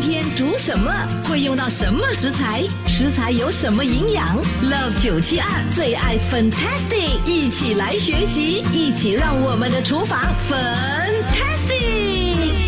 天煮什么？会用到什么食材？食材有什么营养 ？Love 972最爱 Fantastic， 一起来学习，一起让我们的厨房 Fantastic。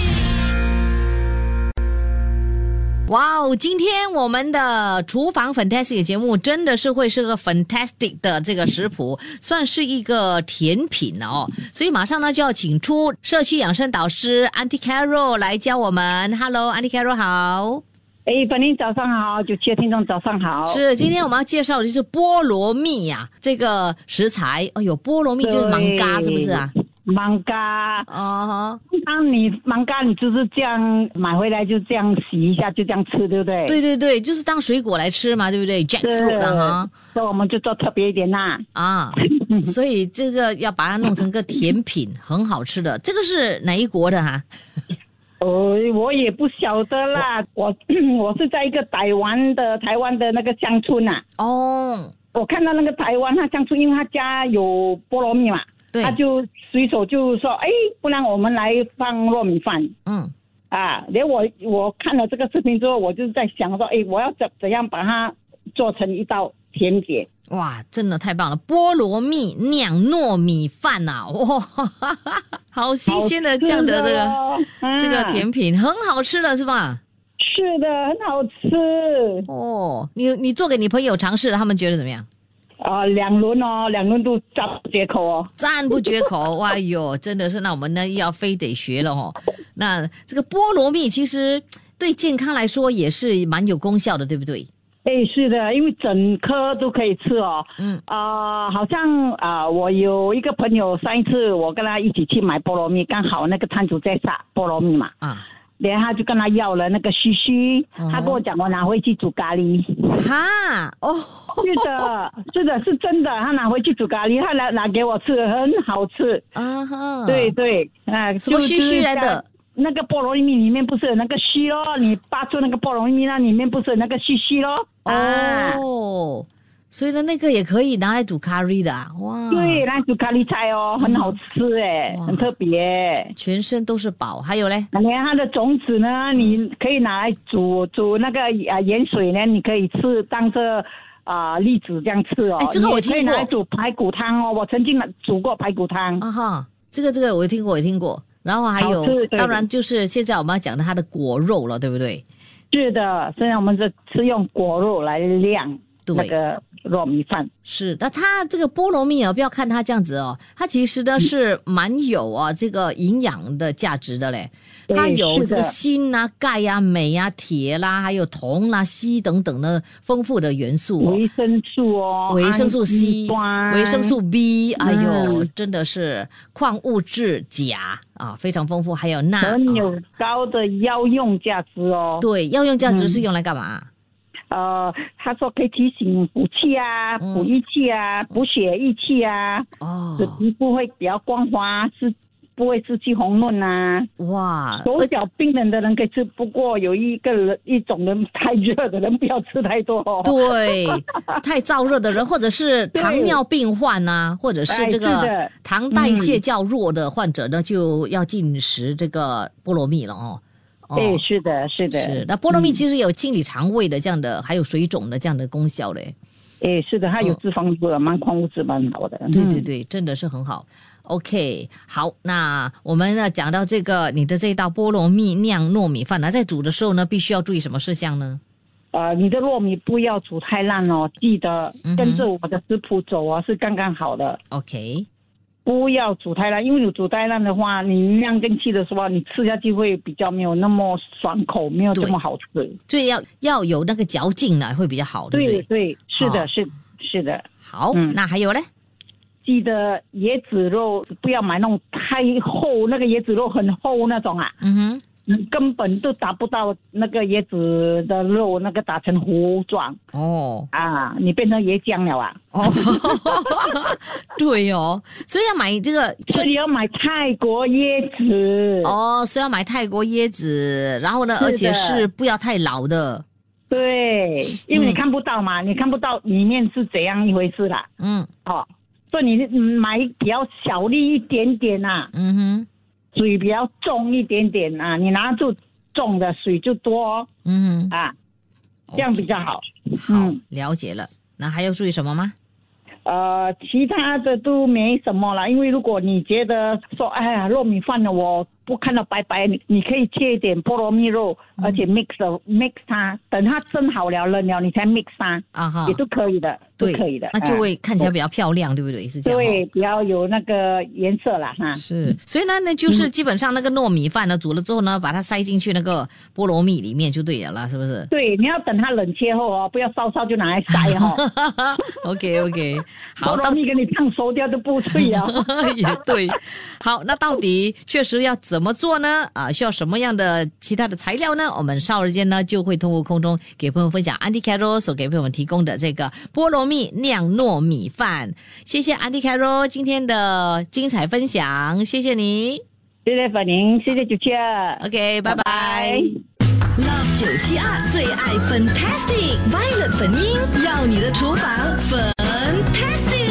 哇哦！今天我们的厨房 Fantastic 节目真的是会是个 Fantastic 的这个食谱，算是一个甜品哦。所以马上呢就要请出社区养生导师 Auntie Carol 来教我们。Hello Auntie Carol 好。 本林早上好，97的听众早上好。 是，今天我们要介绍的就是菠萝蜜呀、这个食材。哎呦，菠萝蜜就是芒嘎，是不是啊？ 芒嘎哦，当你芒嘎，你就是这样买回来就这样洗一下，就这样吃，对不对？ 对对对，就是当水果来吃嘛，对不对 ？Jackfruit 啊哈， 所以我们就做特别一点啦。 所以这个要把它弄成个甜品，很好吃的。这个是哪一国的哈？ 我也不晓得啦。我是在一个台湾的那个乡村啊。哦，我看到那个台湾他乡村，因为他家有菠萝蜜嘛。他就随手就说，不然我们来放糯米饭。连我看了这个视频之后，我就在想说，我要怎样把它做成一道甜点。 哇，真的太棒了！菠萝蜜酿糯米饭啊，哇，好新鲜的这样的这个甜品，很好吃的是吧？ 是的，很好吃。 哦，你做给你朋友尝试了，他们觉得怎么样？ 两轮都赞不绝口哦， 赞不绝口。哇哟，真的是，那我们呢要非得学了哦。那这个菠萝蜜其实对健康来说也是蛮有功效的，对不对？ 是的，因为整颗都可以吃哦。好像我有一个朋友，上一次我跟他一起去买菠萝蜜，刚好那个摊主在撒菠萝蜜嘛。然后他就跟他要了那个须须，他跟我讲我拿回去煮咖喱。是的，是真的，他拿回去煮咖喱，他拿给我吃，很好吃。对对， 什么须须来的？ 那个菠萝蜜里面不是有那个须咯？你扒出那个菠萝蜜，那里面不是有那个须须咯？ 所以呢，那个也可以拿来煮咖喱的啊！哇， 对，拿来煮咖喱菜哦，很好吃很特别， 全身都是宝。还有嘞， 连它的种子呢，你可以拿来煮那个盐水呢，你可以吃当着栗子这样吃哦。 这个我听过。 可以拿来煮排骨汤哦，我曾经煮过排骨汤。 这个我听过。然后还有，当然就是现在我们要讲的它的果肉了，对不对？ 是的，现在我们是用果肉来酿那个糯米饭。 是，那它这个菠萝蜜不要看它这样子哦，它其实呢是蛮有这个营养的价值的嘞。它有这个锌啊、钙啊、镁啊、铁啦，还有铜啦、硒等等的丰富的元素维生素维生素 C、维生素 B， 哎呦，真的是矿物质钾非常丰富，还有钠， 很有高的药用价值哦。 对，药用价值是用来干嘛？ 他说可以提醒补气啊、补益气啊、补血益气啊，使皮肤会比较光滑，不会失去红润啊。哇，手脚冰冷的人可以吃，不过有一种人太热的人不要吃太多对，太燥热的人，或者是糖尿病患啊，或者是这个糖代谢较弱的患者呢，就要进食这个菠萝蜜了哦。 是的。 那菠萝蜜其实有清理肠胃的这样的，还有水肿的这样的功效嘞。 是的，它有脂肪多，矿物质蛮好的。 对，真的是很好。OK， 好，那我们呢讲到这个你的这一道菠萝蜜酿糯米饭呢，在煮的时候呢，必须要注意什么事项呢？ 你的糯米不要煮太烂哦，记得跟着我的食谱走是刚刚好的。 OK。 不要煮太烂，因为你煮太烂的话，你酿进去的时候，你吃下去会比较没有那么爽口，没有这么好吃。 所以要有那个嚼劲呢，会比较好，对不对？ 对，是的，是的。 好，那还有嘞？ 记得椰子肉不要买那种太厚，那个椰子肉很厚那种啊。你根本都打不到那个椰子的肉，那个打成糊状你变成椰浆了啊！ 对哦，所以要买这个， 所以要买泰国椰子所以要买泰国椰子，然后呢，而且是不要太老的。 对，因为你看不到嘛，你看不到里面是怎样一回事啦。所以你买比较小粒一点点啊。水比较重一点点啊，你拿住重的水就多，这样比较好。 好，了解了。那还要注意什么吗？ 其他的都没什么了，因为如果你觉得说，哎呀，糯米饭呢，我不看到白白，你可以切一点菠萝蜜肉，而且 mix 它，等它蒸好了冷了，你才 mix 它，也都可以的，都可以的， 那就会看起来比较漂亮，对不对？是这样。 对，比较有那个颜色啦，哈。 是，所以呢，那就是基本上那个糯米饭呢，煮了之后呢，把它塞进去那个菠萝蜜里面就对了啦，是不是？ 对，你要等它冷却后哦，不要烧就拿来塞哦。 OK， 好， 菠萝蜜给你烫熟掉都不脆啊。 也对。好，那到底确实要怎么做呢？需要什么样的其他的材料呢？我们稍后间呢就会通过空中给朋友分享 Auntie Carol 所给朋友们提供的这个菠萝蜜酿糯米饭。谢谢 Auntie Carol 今天的精彩分享，谢谢你， 谢谢粉玲，谢谢主持人。 OK， 拜拜。 Love 972最爱 Fantastic Violet 粉音，要你的厨房 Fantastic。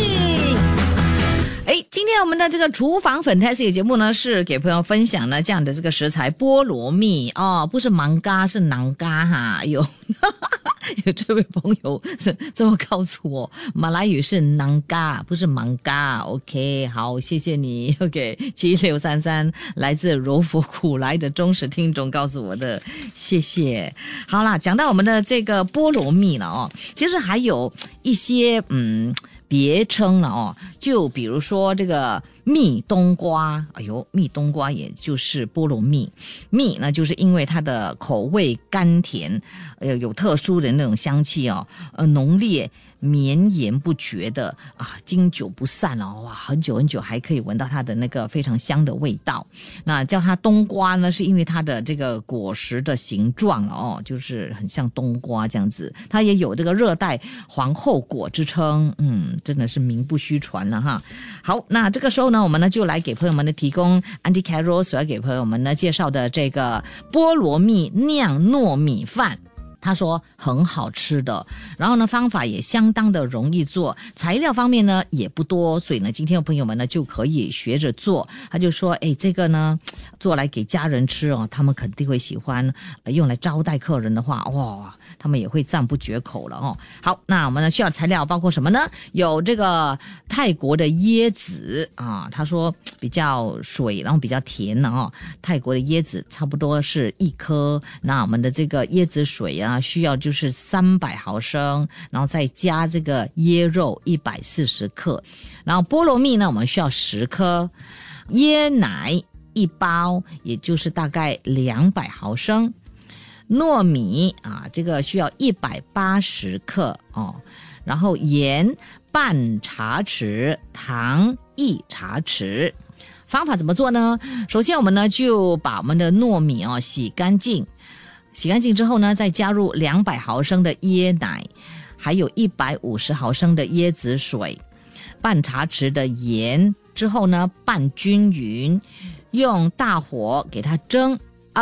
今天我们的这个厨房Fantastic节目呢，是给朋友分享呢这样的这个食材菠萝蜜哦，不是芒嘎，是囊嘎哈。有这位朋友这么告诉我，马来语是囊嘎，不是芒嘎。OK， 好，谢谢你。OK，7633来自柔佛苦来的忠实听众告诉我的，谢谢。好啦，讲到我们的这个菠萝蜜了哦，其实还有一些别称了哦，就比如说这个蜜冬瓜，蜜冬瓜也就是菠萝蜜。蜜呢，就是因为它的口味甘甜，有特殊的那种香气哦，浓烈绵延不绝的经久不散哦，哇，很久很久还可以闻到它的那个非常香的味道。那叫它冬瓜呢，是因为它的这个果实的形状哦，就是很像冬瓜这样子。它也有这个热带皇后果之称，真的是名不虚传了哈。好，那这个时候呢，我们呢就来给朋友们的提供 Auntie Carol 所要给朋友们呢介绍的这个菠萝蜜酿糯米饭。他说很好吃的，然后呢方法也相当的容易做，材料方面呢也不多，所以呢今天的朋友们呢就可以学着做。他就说这个呢做来给家人吃哦，他们肯定会喜欢，用来招待客人的话，哇，他们也会赞不绝口了哦。好，那我们呢需要材料包括什么呢？有这个泰国的椰子他说比较水，然后比较甜的哦。泰国的椰子差不多是1颗，那我们的这个椰子水需要就是300毫升，然后再加这个椰肉140克，然后菠萝蜜呢我们需要10颗，椰奶1包，也就是大概200毫升，糯米这个需要180克哦，然后盐半茶匙，糖1茶匙。方法怎么做呢？首先我们呢就把我们的糯米洗干净，洗干净之后呢，再加入200毫升的椰奶，还有150毫升的椰子水，半茶匙的盐，之后呢拌均匀，用大火给它蒸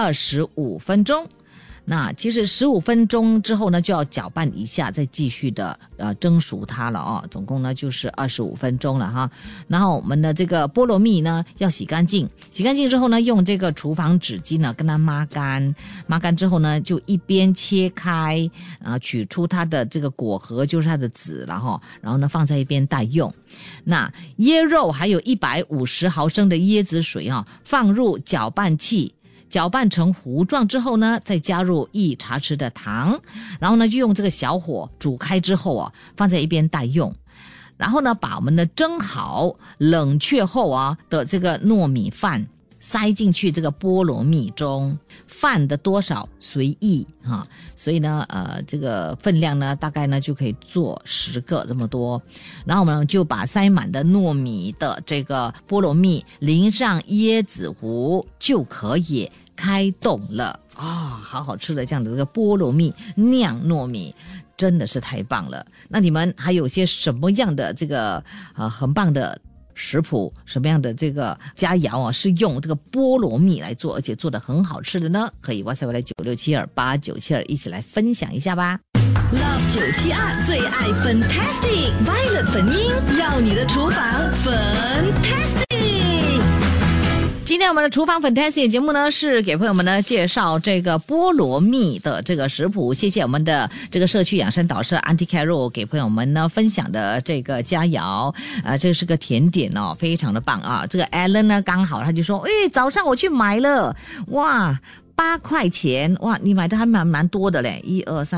25分钟。那其实15分钟之后呢，就要搅拌一下，再继续的蒸熟它了哦。总共呢就是25分钟了哈。然后我们的这个菠萝蜜呢要洗干净，洗干净之后呢，用这个厨房纸巾呢跟它抹干，抹干之后呢，就一边切开，取出它的这个果核，就是它的籽了哈。然后呢放在一边待用。那椰肉还有150毫升的椰子水放入搅拌器。搅拌成糊状之后呢，再加入1茶匙的糖，然后呢就用这个小火煮开之后放在一边待用。然后呢把我们的蒸好冷却后的这个糯米饭塞进去这个菠萝蜜中，饭的多少随意所以呢这个分量呢大概呢就可以做10个这么多。然后我们就把塞满的糯米的这个菠萝蜜淋上椰子糊，就可以开动了好好吃的这样的这个菠萝蜜酿糯米，真的是太棒了。那你们还有些什么样的这个很棒的食谱，什么样的这个佳肴是用这个菠萝蜜来做，而且做得很好吃的呢？可以 WhatsApp 来96728972一起来分享一下吧。 Love 972最爱 Fantastic Violet 粉音，要你的厨房 Fantastic。 今天我们的厨房 Fantastic 节目呢，是给朋友们呢介绍这个菠萝蜜的这个食谱。谢谢我们的这个社区养生导师 Auntie Carol 给朋友们呢分享的这个佳肴，这是个甜点哦，非常的棒啊。这个 Alan 呢刚好他就说，早上我去买了，哇，8块钱，哇，你买的还蛮多的嘞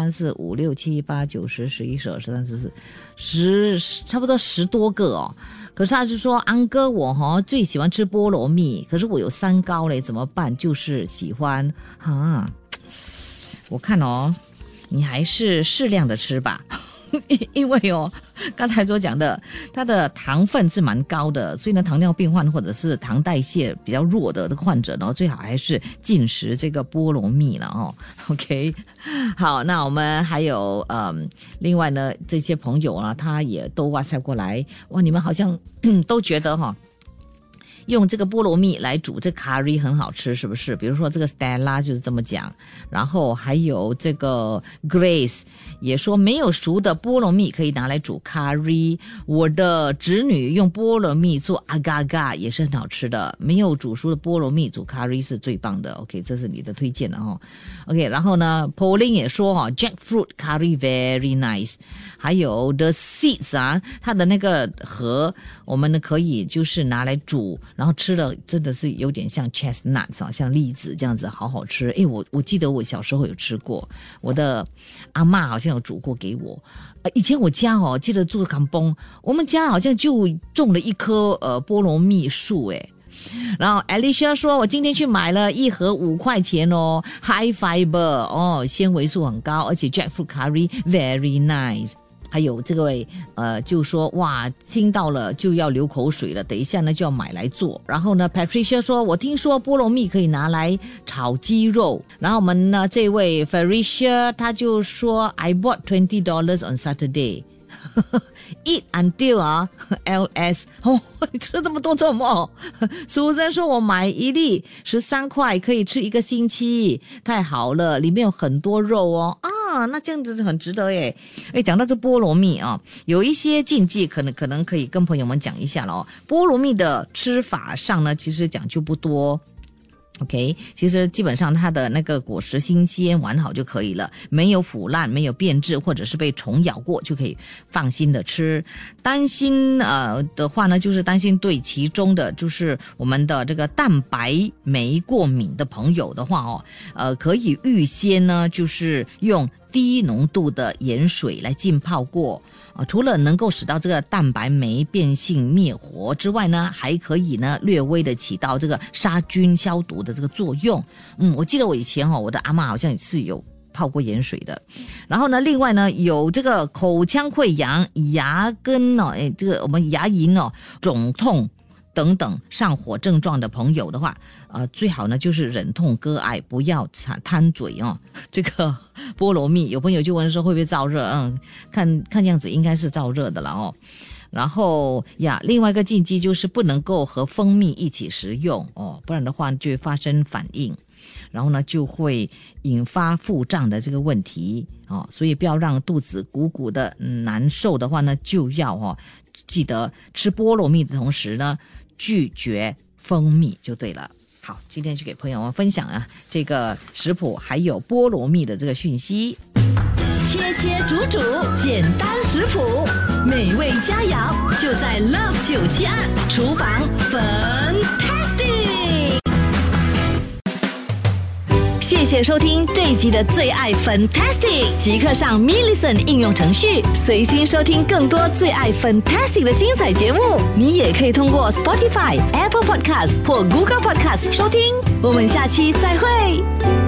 ，1、2、3、4、5、6、7、8、9、10、11、12、13、14，差不多10多个哦。可是他就说，安哥我最喜欢吃菠萝蜜，可是我有三高嘞，怎么办？就是喜欢我看你还是适量的吃吧。因为刚才所讲的，它的糖分是蛮高的，所以呢，糖尿病患或者是糖代谢比较弱的这个患者呢，最好还是禁食这个菠萝蜜了OK， 好，那我们还有另外呢，这些朋友呢，他也都WhatsApp过来，哇，你们好像都觉得用这个菠萝蜜来煮这咖喱很好吃，是不是？比如说这个 Stella 就是这么讲，然后还有这个 Grace 也说没有熟的菠萝蜜可以拿来煮咖喱。我的侄女用菠萝蜜做 agar-agar 也是很好吃的，没有煮熟的菠萝蜜煮咖喱是最棒的。OK， 这是你的推荐的OK， 然后呢 Pauline 也说Jackfruit curry very nice， 还有 The Seeds 它的那个核我们呢可以就是拿来煮。然后吃了真的是有点像 chestnuts 像栗子这样子，好好吃。我记得我小时候有吃过，我的阿嬷好像有煮过给我。以前我家记得住港崩，我们家好像就种了一棵菠萝蜜树然后 Alicia 说，我今天去买了一盒5块钱，high fiber 纤维素很高，而且 jackfruit curry very nice。还有这位就说哇，听到了就要流口水了，等一下呢就要买来做。然后呢 Patricia 说，我听说菠萝蜜可以拿来炒鸡肉。然后我们呢这位 Felicia 他就说 I bought $20 on Saturday eat until LS 你吃了这么多做什么？苏珊说，我买一粒13块可以吃1个星期，太好了，里面有很多肉那这样子很值得耶。讲到这菠萝蜜有一些禁忌可能可以跟朋友们讲一下了菠萝蜜的吃法上呢，其实讲究不多。OK， 其实基本上它的那个果实新鲜完好就可以了，没有腐烂，没有变质，或者是被虫咬过，就可以放心的吃。担心的话呢，就是担心对其中的就是我们的这个蛋白酶过敏的朋友的话可以预先呢就是用低浓度的盐水来浸泡过。除了能够使到这个蛋白酶变性灭活之外呢，还可以呢略微的起到这个杀菌消毒的这个作用。我记得我以前我的阿嬷好像也是有泡过盐水的。然后呢，另外呢有这个口腔溃疡、牙根这个我们牙龈肿痛等等上火症状的朋友的话，最好呢就是忍痛割爱，不要贪嘴这个菠萝蜜，有朋友就问说会不会燥热？看样子应该是燥热的了然后另外一个禁忌就是不能够和蜂蜜一起食用不然的话就会发生反应，然后呢就会引发腹胀的这个问题所以不要让肚子鼓鼓的难受的话呢，就要记得吃菠萝蜜的同时呢拒绝蜂蜜就对了。好，今天就给朋友们分享这个食谱还有菠萝蜜的这个讯息。 切切煮煮，简单食谱，美味佳肴就在 Love 972厨房 Fantastic。谢谢收听这一集的最爱 Fantastic， 即刻上 Millicent 应用程序，随心收听更多最爱 Fantastic 的精彩节目。你也可以通过 Spotify、Apple Podcast 或 Google Podcast 收听。我们下期再会。